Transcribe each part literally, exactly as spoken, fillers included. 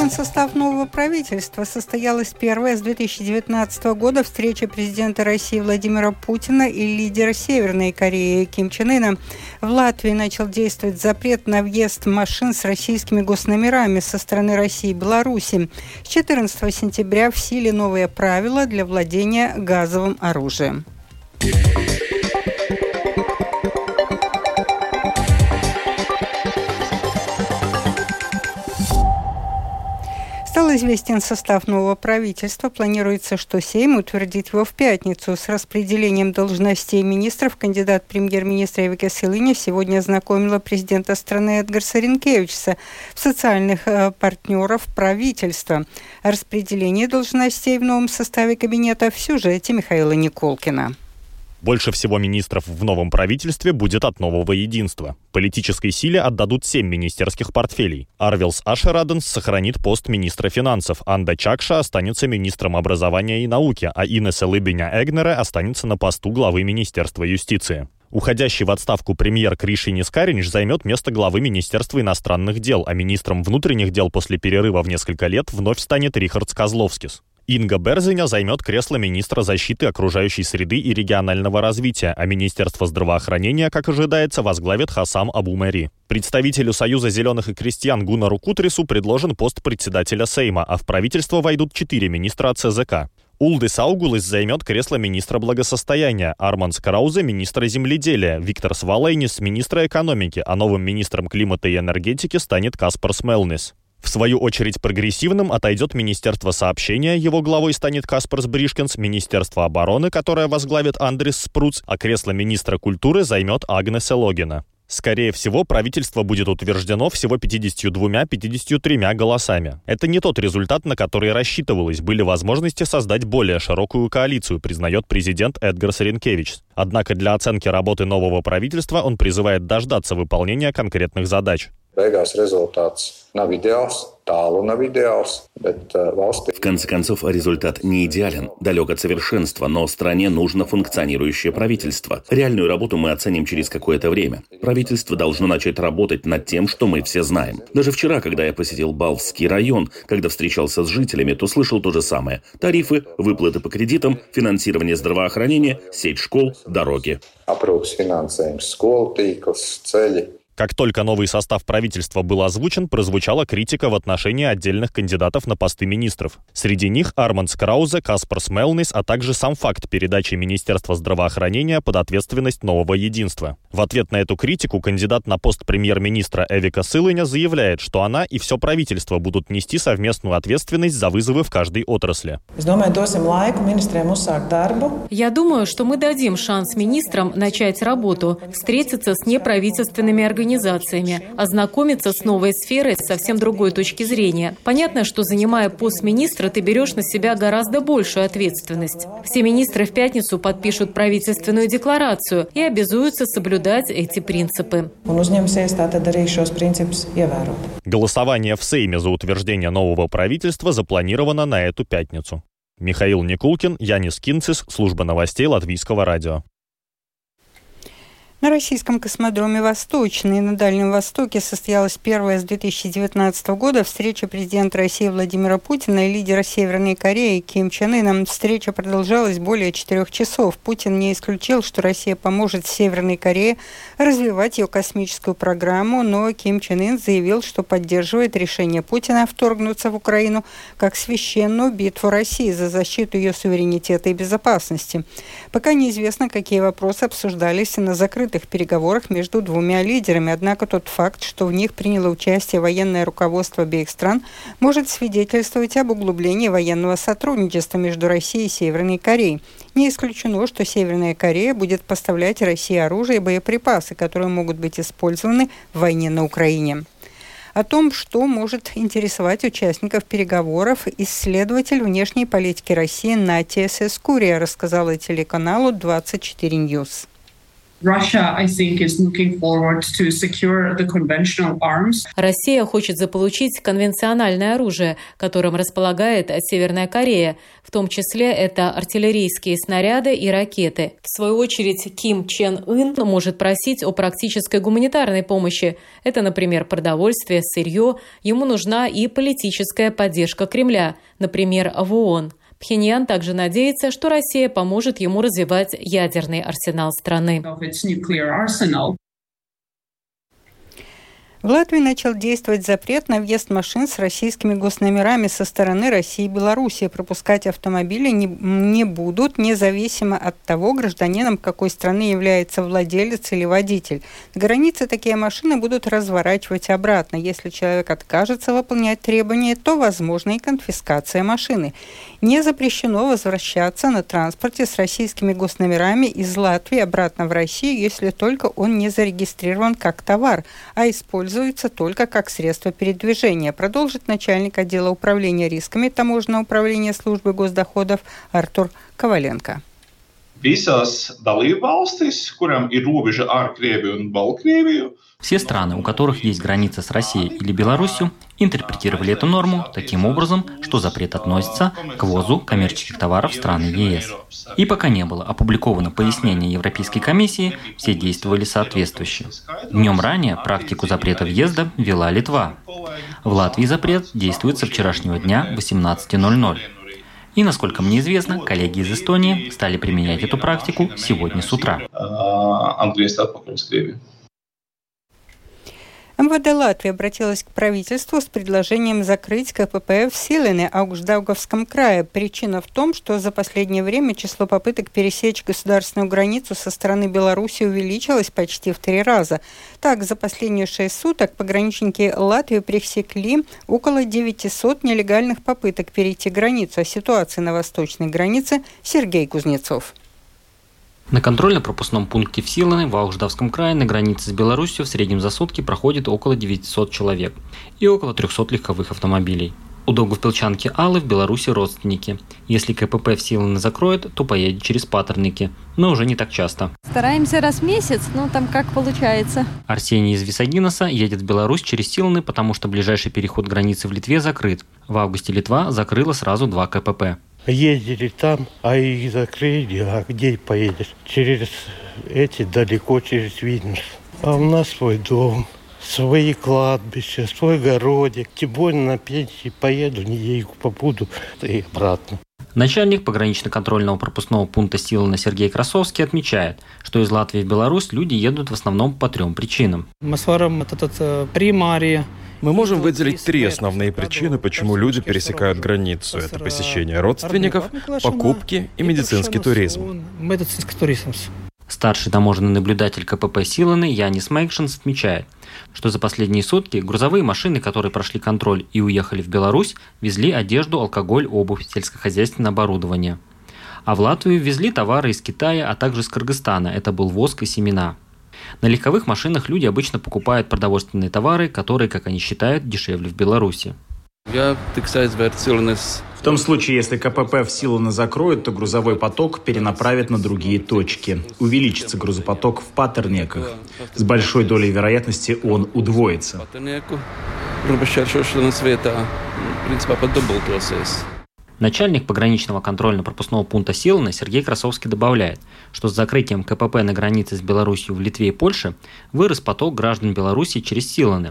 известен состав нового правительства. Состоялась первая с две тысячи девятнадцатого года встреча президента России Владимира Путина и лидера Северной Кореи Ким Чен Ына. В Латвии начал действовать запрет на въезд машин с российскими госномерами со стороны России и Беларуси. С четырнадцатого сентября в силе новые правила для владения газовым оружием. Стал известен состав нового правительства. Планируется, что Сейм утвердит его в пятницу. С распределением должностей министров кандидат премьер-министра Эвика Силыня сегодня ознакомила президента страны Эдгарса Ринкевичса в социальных э, партнеров правительства. О распределении должностей в новом составе кабинета в сюжете Михаила Николкина. Больше всего министров в новом правительстве будет от Нового единства. Политической силе отдадут семь министерских портфелей. Арвилс Ашераденс сохранит пост министра финансов, Анда Чакша останется министром образования и науки, а Инесса Лыбиня-Эгнере останется на посту главы Министерства юстиции. Уходящий в отставку премьер Кришинис Каринч займет место главы Министерства иностранных дел, а министром внутренних дел после перерыва в несколько лет вновь станет Рихардс Козловскис. Инга Берзиня займет кресло министра защиты окружающей среды и регионального развития, а Министерство здравоохранения, как ожидается, возглавит Хасам Абу-Мери. Представителю Союза зеленых и крестьян Гунару Кутрису предложен пост председателя Сейма, а в правительство войдут четыре министра от ЦЗК. Улдис Аугулис займет кресло министра благосостояния, Арманс Краузе – министра земледелия, Виктор Свалейнис – министра экономики, а новым министром климата и энергетики станет Каспар Смелнис. В свою очередь прогрессивным отойдет Министерство сообщения, его главой станет Каспарс Бришкинс, Министерство обороны, которое возглавит Андрис Спруц, а кресло министра культуры займет Агнес Элогина. Скорее всего, правительство будет утверждено всего пятьюдесятью двумя - пятьюдесятью тремя голосами. Это не тот результат, на который рассчитывалось. Были возможности создать более широкую коалицию, признает президент Эдгарс Ринкевичс. Однако для оценки работы нового правительства он призывает дождаться выполнения конкретных задач. В конце концов, результат не идеален, далек от совершенства, но стране нужно функционирующее правительство. Реальную работу мы оценим через какое-то время. Правительство должно начать работать над тем, что мы все знаем. Даже вчера, когда я посетил Балвский район, когда встречался с жителями, то слышал то же самое. Тарифы, выплаты по кредитам, финансирование здравоохранения, сеть школ, дороги. Как только новый состав правительства был озвучен, прозвучала критика в отношении отдельных кандидатов на посты министров. Среди них Арманс Краузе, Каспар Смелнис, а также сам факт передачи Министерства здравоохранения под ответственность Нового единства. В ответ на эту критику кандидат на пост премьер-министра Эвика Силыня заявляет, что она и все правительство будут нести совместную ответственность за вызовы в каждой отрасли. Я думаю, что мы дадим шанс министрам начать работу, встретиться с неправительственными организациями, организациями, ознакомиться с новой сферой с совсем другой точки зрения. Понятно, что, занимая пост министра, ты берешь на себя гораздо большую ответственность. Все министры в пятницу подпишут правительственную декларацию и обязуются соблюдать эти принципы. Голосование в Сейме за утверждение нового правительства запланировано на эту пятницу. Михаил Никулкин, Янис Кинцис, служба новостей Латвийского радио. На российском космодроме «Восточный» на Дальнем Востоке состоялась первая с две тысячи девятнадцатого года встреча президента России Владимира Путина и лидера Северной Кореи Ким Чен Ына. Встреча продолжалась более четырех часов. Путин не исключил, что Россия поможет Северной Корее развивать ее космическую программу, но Ким Чен Ын заявил, что поддерживает решение Путина вторгнуться в Украину как священную битву России за защиту ее суверенитета и безопасности. Пока неизвестно, какие вопросы обсуждались на закрытых переговорах между двумя лидерами, однако тот факт, что в них приняло участие военное руководство обеих стран, может свидетельствовать об углублении военного сотрудничества между Россией и Северной Кореей. Не исключено, что Северная Корея будет поставлять России оружие и боеприпасы, которые могут быть использованы в войне на Украине. О том, что может интересовать участников переговоров, исследователь внешней политики России Натия Сескурия рассказала телеканалу двадцать четыре Ньюс. Россия хочет заполучить конвенциональное оружие, которым располагает Северная Корея. В том числе это артиллерийские снаряды и ракеты. В свою очередь, Ким Чен Ын может просить о практической гуманитарной помощи. Это, например, продовольствие, сырье. Ему нужна и политическая поддержка Кремля, например, в ООН. Пхеньян также надеется, что Россия поможет ему развивать ядерный арсенал страны. В Латвии начал действовать запрет на въезд машин с российскими госномерами со стороны России и Белоруссии. Пропускать автомобили не, не будут, независимо от того, гражданином какой страны является владелец или водитель. На границе такие машины будут разворачивать обратно. Если человек откажется выполнять требования, то возможна и конфискация машины. Не запрещено возвращаться на транспорте с российскими госномерами из Латвии обратно в Россию, если только он не зарегистрирован как товар, а используется только как средство передвижения, продолжит начальник отдела управления рисками таможенного управления службы госдоходов Артур Коваленко. Все страны, у которых есть граница с Россией или Беларусью, интерпретировали эту норму таким образом, что запрет относится к ввозу коммерческих товаров в страны ЕС. И пока не было опубликовано пояснение Европейской комиссии, все действовали соответствующе. Днем ранее практику запрета въезда ввела Литва. В Латвии запрет действует со вчерашнего дня восемнадцати ноль-ноль. И, насколько мне известно, коллеги из Эстонии стали применять эту практику сегодня с утра. МВД Латвии обратилась к правительству с предложением закрыть КПП в Силине, Аугждаугавском крае. Причина в том, что за последнее время число попыток пересечь государственную границу со стороны Беларуси увеличилось почти в три раза. Так, за последние шесть суток пограничники Латвии пресекли около девятисот нелегальных попыток перейти границу. О ситуации на восточной границе Сергей Кузнецов. На контрольно-пропускном пункте в Силине, в Аугждавском крае, на границе с Беларусью в среднем за сутки проходит около девятисот человек и около трехсот легковых автомобилей. У Даугавпилчанки Аллы в Беларуси родственники. Если КПП в Силине закроют, то поедет через Патерники, но уже не так часто. Стараемся раз в месяц, но там как получается. Арсений из Висагинеса едет в Беларусь через Силины, потому что ближайший переход границы в Литве закрыт. В августе Литва закрыла сразу два КПП. Ездили там, а их закрыли, а где поедешь? Через эти далеко, через Вильнюс. А у нас свой дом, свои кладбища, свой городик. Тем более на пенсии поеду, недельку побуду и обратно. Начальник погранично-контрольного пропускного пункта Силина Сергей Красовский отмечает, что из Латвии в Беларусь люди едут в основном по трем причинам. Мы смотрим этот примария. Мы можем выделить три основные причины, почему люди пересекают границу. Это посещение родственников, покупки и медицинский туризм. Медицинский туризм. Старший таможенный наблюдатель КПП Силины Янис Мейкшенс отмечает, что за последние сутки грузовые машины, которые прошли контроль и уехали в Беларусь, везли одежду, алкоголь, обувь, сельскохозяйственное оборудование. А в Латвию везли товары из Китая, а также из Кыргызстана. Это был воск и семена. На легковых машинах люди обычно покупают продовольственные товары, которые, как они считают, дешевле в Беларуси. В том случае, если КПП в Силине закроют, то грузовой поток перенаправят на другие точки. Увеличится грузопоток в Патерниках. С большой долей вероятности он удвоится. Начальник пограничного контрольно-пропускного пункта Силина Сергей Красовский добавляет, что с закрытием КПП на границе с Беларусью в Литве и Польше вырос поток граждан Беларуси через Силины.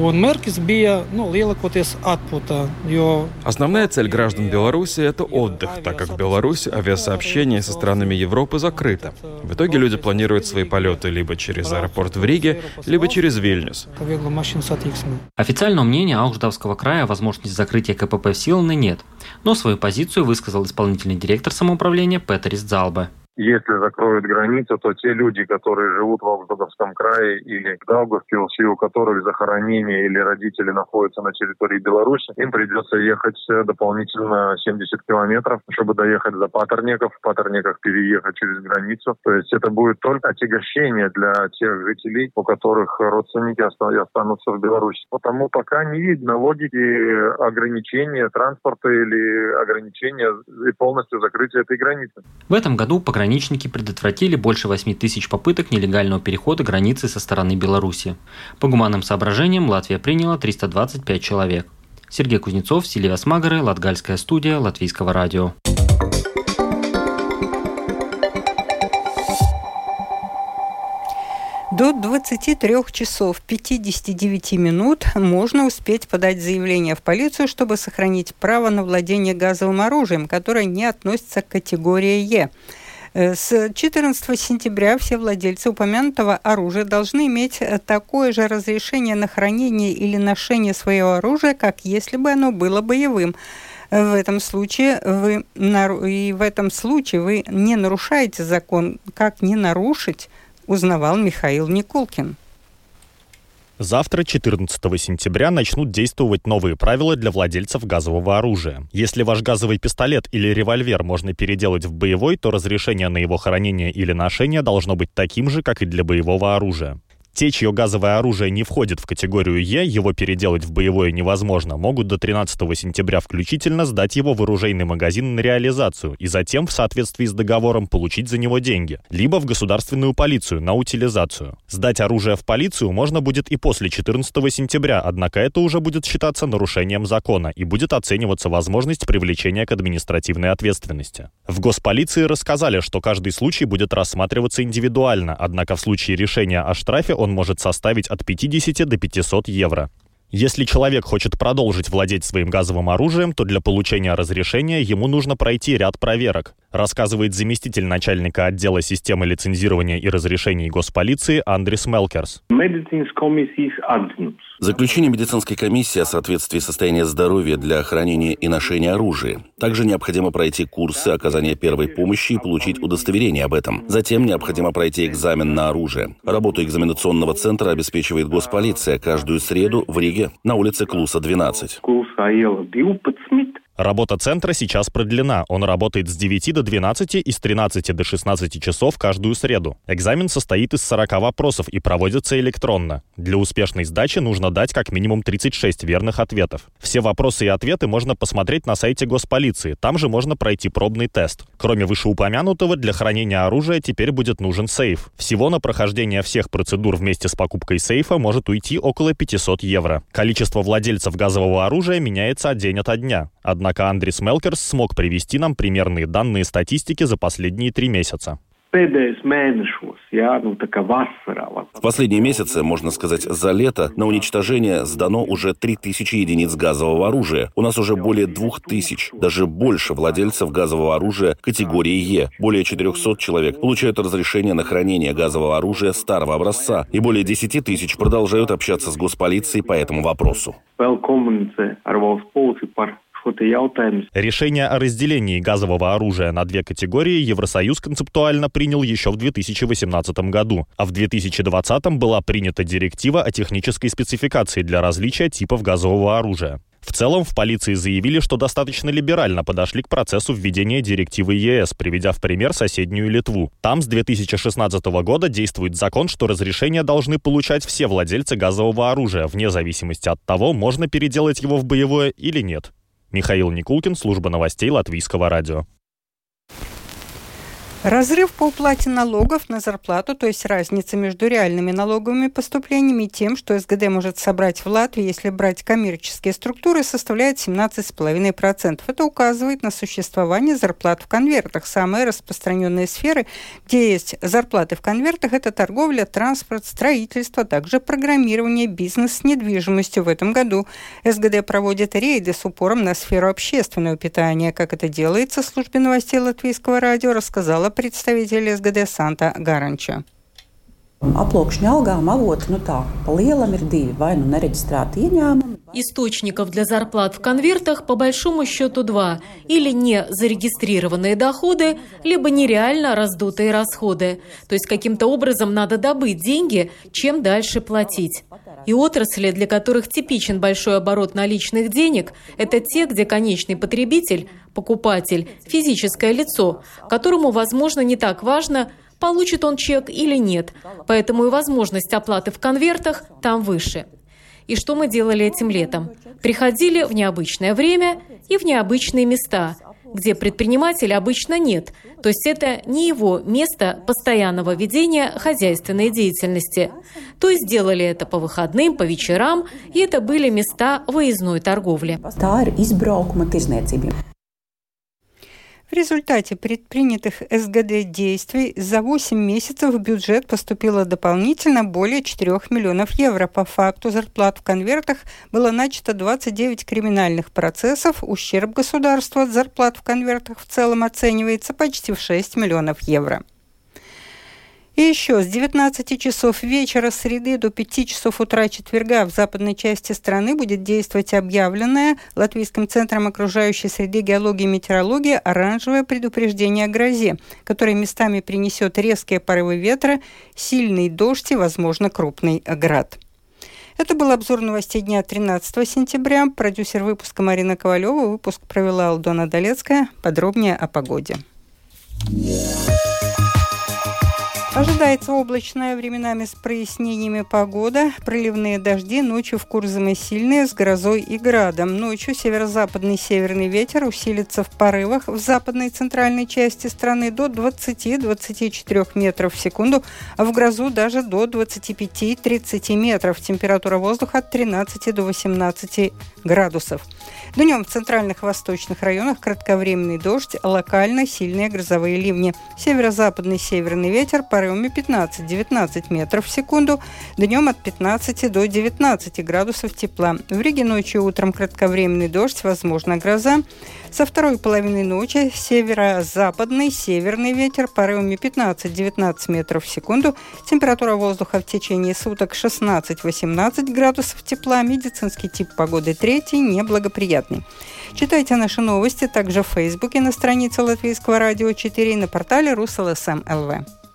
Основная цель граждан Беларуси – это отдых, так как в Беларуси авиасообщение со странами Европы закрыто. В итоге люди планируют свои полеты либо через аэропорт в Риге, либо через Вильнюс. Официального мнения Аугждавского края о возможности закрытия КПП в Силине нет, но свою позицию высказал исполнительный директор самоуправления Петерис Дзалбе. Если закроют границу, то те люди, которые живут в Аугждаугавском крае или в Даугавпилсе, у которых захоронение или родители находятся на территории Беларуси, им придется ехать дополнительно семьдесят километров, чтобы доехать до Патерников, в Патерниках переехать через границу. То есть это будет только отягощение для тех жителей, у которых родственники останутся в Беларуси. Потому пока не видно логики ограничения транспорта или ограничения и полностью закрытия этой границы. В этом году пограничники пограничники предотвратили больше восьми тысяч попыток нелегального перехода границы со стороны Беларуси. По гуманным соображениям Латвия приняла триста двадцать пять человек. Сергей Кузнецов, Сильвия Смагары, Латгальская студия Латвийского радио. До двадцати трёх часов пятидесяти девяти минут можно успеть подать заявление в полицию, чтобы сохранить право на владение газовым оружием, которое не относится к категории Е. С четырнадцатого сентября все владельцы упомянутого оружия должны иметь такое же разрешение на хранение или ношение своего оружия, как если бы оно было боевым. В этом случае вы, и в этом случае вы не нарушаете закон. Как не нарушить, узнавал Михаил Никулкин. Завтра, четырнадцатого сентября, начнут действовать новые правила для владельцев газового оружия. Если ваш газовый пистолет или револьвер можно переделать в боевой, то разрешение на его хранение или ношение должно быть таким же, как и для боевого оружия. Те, чье газовое оружие не входит в категорию Е, его переделать в боевое невозможно, могут до тринадцатого сентября включительно сдать его в оружейный магазин на реализацию и затем, в соответствии с договором, получить за него деньги, либо в государственную полицию на утилизацию. Сдать оружие в полицию можно будет и после четырнадцатого сентября, однако это уже будет считаться нарушением закона и будет оцениваться возможность привлечения к административной ответственности. В госполиции рассказали, что каждый случай будет рассматриваться индивидуально, однако в случае решения о штрафе он может составить от пятидесяти до пятисот евро. Если человек хочет продолжить владеть своим газовым оружием, то для получения разрешения ему нужно пройти ряд проверок, рассказывает заместитель начальника отдела системы лицензирования и разрешений госполиции Андрис Мелкерс. Заключение медицинской комиссии о соответствии состояния здоровья для хранения и ношения оружия. Также необходимо пройти курсы оказания первой помощи и получить удостоверение об этом. Затем необходимо пройти экзамен на оружие. Работу экзаменационного центра обеспечивает госполиция каждую среду в Риге на улице Клуса, двенадцать. Работа центра сейчас продлена. Он работает с девяти до двенадцати и с тринадцати до шестнадцати часов каждую среду. Экзамен состоит из сорока вопросов и проводится электронно. Для успешной сдачи нужно дать как минимум тридцать шесть верных ответов. Все вопросы и ответы можно посмотреть на сайте госполиции. Там же можно пройти пробный тест. Кроме вышеупомянутого, для хранения оружия теперь будет нужен сейф. Всего на прохождение всех процедур вместе с покупкой сейфа может уйти около пятисот евро. Количество владельцев газового оружия меняется день ото дня. Однако Андрис Мелкерс смог привести нам примерные данные статистики за последние три месяца. В последние месяцы, можно сказать, за лето на уничтожение сдано уже три тысячи единиц газового оружия. У нас уже более двух тысяч, даже больше владельцев газового оружия категории Е. Более четырехсот человек получают разрешение на хранение газового оружия старого образца, и более десяти тысяч продолжают общаться с госполицией по этому вопросу. Решение о разделении газового оружия на две категории Евросоюз концептуально принял еще в две тысячи восемнадцатом году, а в две тысячи двадцатом была принята директива о технической спецификации для различия типов газового оружия. В целом, в полиции заявили, что достаточно либерально подошли к процессу введения директивы ЕС, приведя в пример соседнюю Литву. Там с две тысячи шестнадцатого года действует закон, что разрешения должны получать все владельцы газового оружия, вне зависимости от того, можно переделать его в боевое или нет. Михаил Никулкин, служба новостей Латвийского радио. Разрыв по уплате налогов на зарплату, то есть разница между реальными налоговыми поступлениями и тем, что СГД может собрать в Латвии, если брать коммерческие структуры, составляет семнадцать целых пять десятых процента. Это указывает на существование зарплат в конвертах. Самые распространенные сферы, где есть зарплаты в конвертах, это торговля, транспорт, строительство, также программирование, бизнес с недвижимостью. В этом году СГД проводит рейды с упором на сферу общественного питания. Как это делается, службе новостей Латвийского радио рассказала представитель СГД Санта Гаранча. Источников для зарплат в конвертах по большому счету два. Или не зарегистрированные доходы, либо нереально раздутые расходы. То есть каким-то образом надо добыть деньги, чем дальше платить. И отрасли, для которых типичен большой оборот наличных денег, это те, где конечный потребитель, покупатель, физическое лицо, которому, возможно, не так важно, получит он чек или нет. Поэтому и возможность оплаты в конвертах там выше. И что мы делали этим летом? Приходили в необычное время и в необычные места. где предпринимателя обычно нет, то есть это не его место постоянного ведения хозяйственной деятельности. То есть делали это по выходным, по вечерам, и это были места выездной торговли. В результате предпринятых эс гэ дэ действий за восемь месяцев в бюджет поступило дополнительно более четырёх миллионов евро. По факту зарплат в конвертах было начато двадцать девять криминальных процессов. Ущерб государству от зарплат в конвертах в целом оценивается почти в шесть миллионов евро. И еще с девятнадцати часов вечера среды до пяти часов утра четверга в западной части страны будет действовать объявленное Латвийским центром окружающей среды, геологии и метеорологии оранжевое предупреждение о грозе, которое местами принесет резкие порывы ветра, сильный дождь и, возможно, крупный град. Это был обзор новостей дня тринадцатого сентября. Продюсер выпуска Марина Ковалева. Выпуск провела Алдона Долецкая. Подробнее о погоде. Ожидается облачная, временами с прояснениями погода. Проливные дожди, ночью в Курзаме сильные, с грозой и градом. Ночью северо-западный северный ветер усилится в порывах в западной и центральной части страны до двадцати-двадцати четырёх метров в секунду, а в грозу даже до двадцати пяти-тридцати метров. Температура воздуха от тринадцати до восемнадцати градусов. Днем в центральных восточных районах кратковременный дождь, локально сильные грозовые ливни. Северо-западный северный ветер порывами пятнадцать-девятнадцать метров в секунду. Днем от пятнадцати до девятнадцати градусов тепла. В Риге ночью и утром кратковременный дождь, возможно гроза. Со второй половины ночи северо-западный северный ветер порывами пятнадцать-девятнадцать метров в секунду. Температура воздуха в течение суток шестнадцать-восемнадцать градусов тепла. Медицинский тип погоды третий, неблагоприятный. Читайте наши новости также в Фейсбуке на странице Латвийского радио четыре и на портале Рус эл эс эм точка эл ви.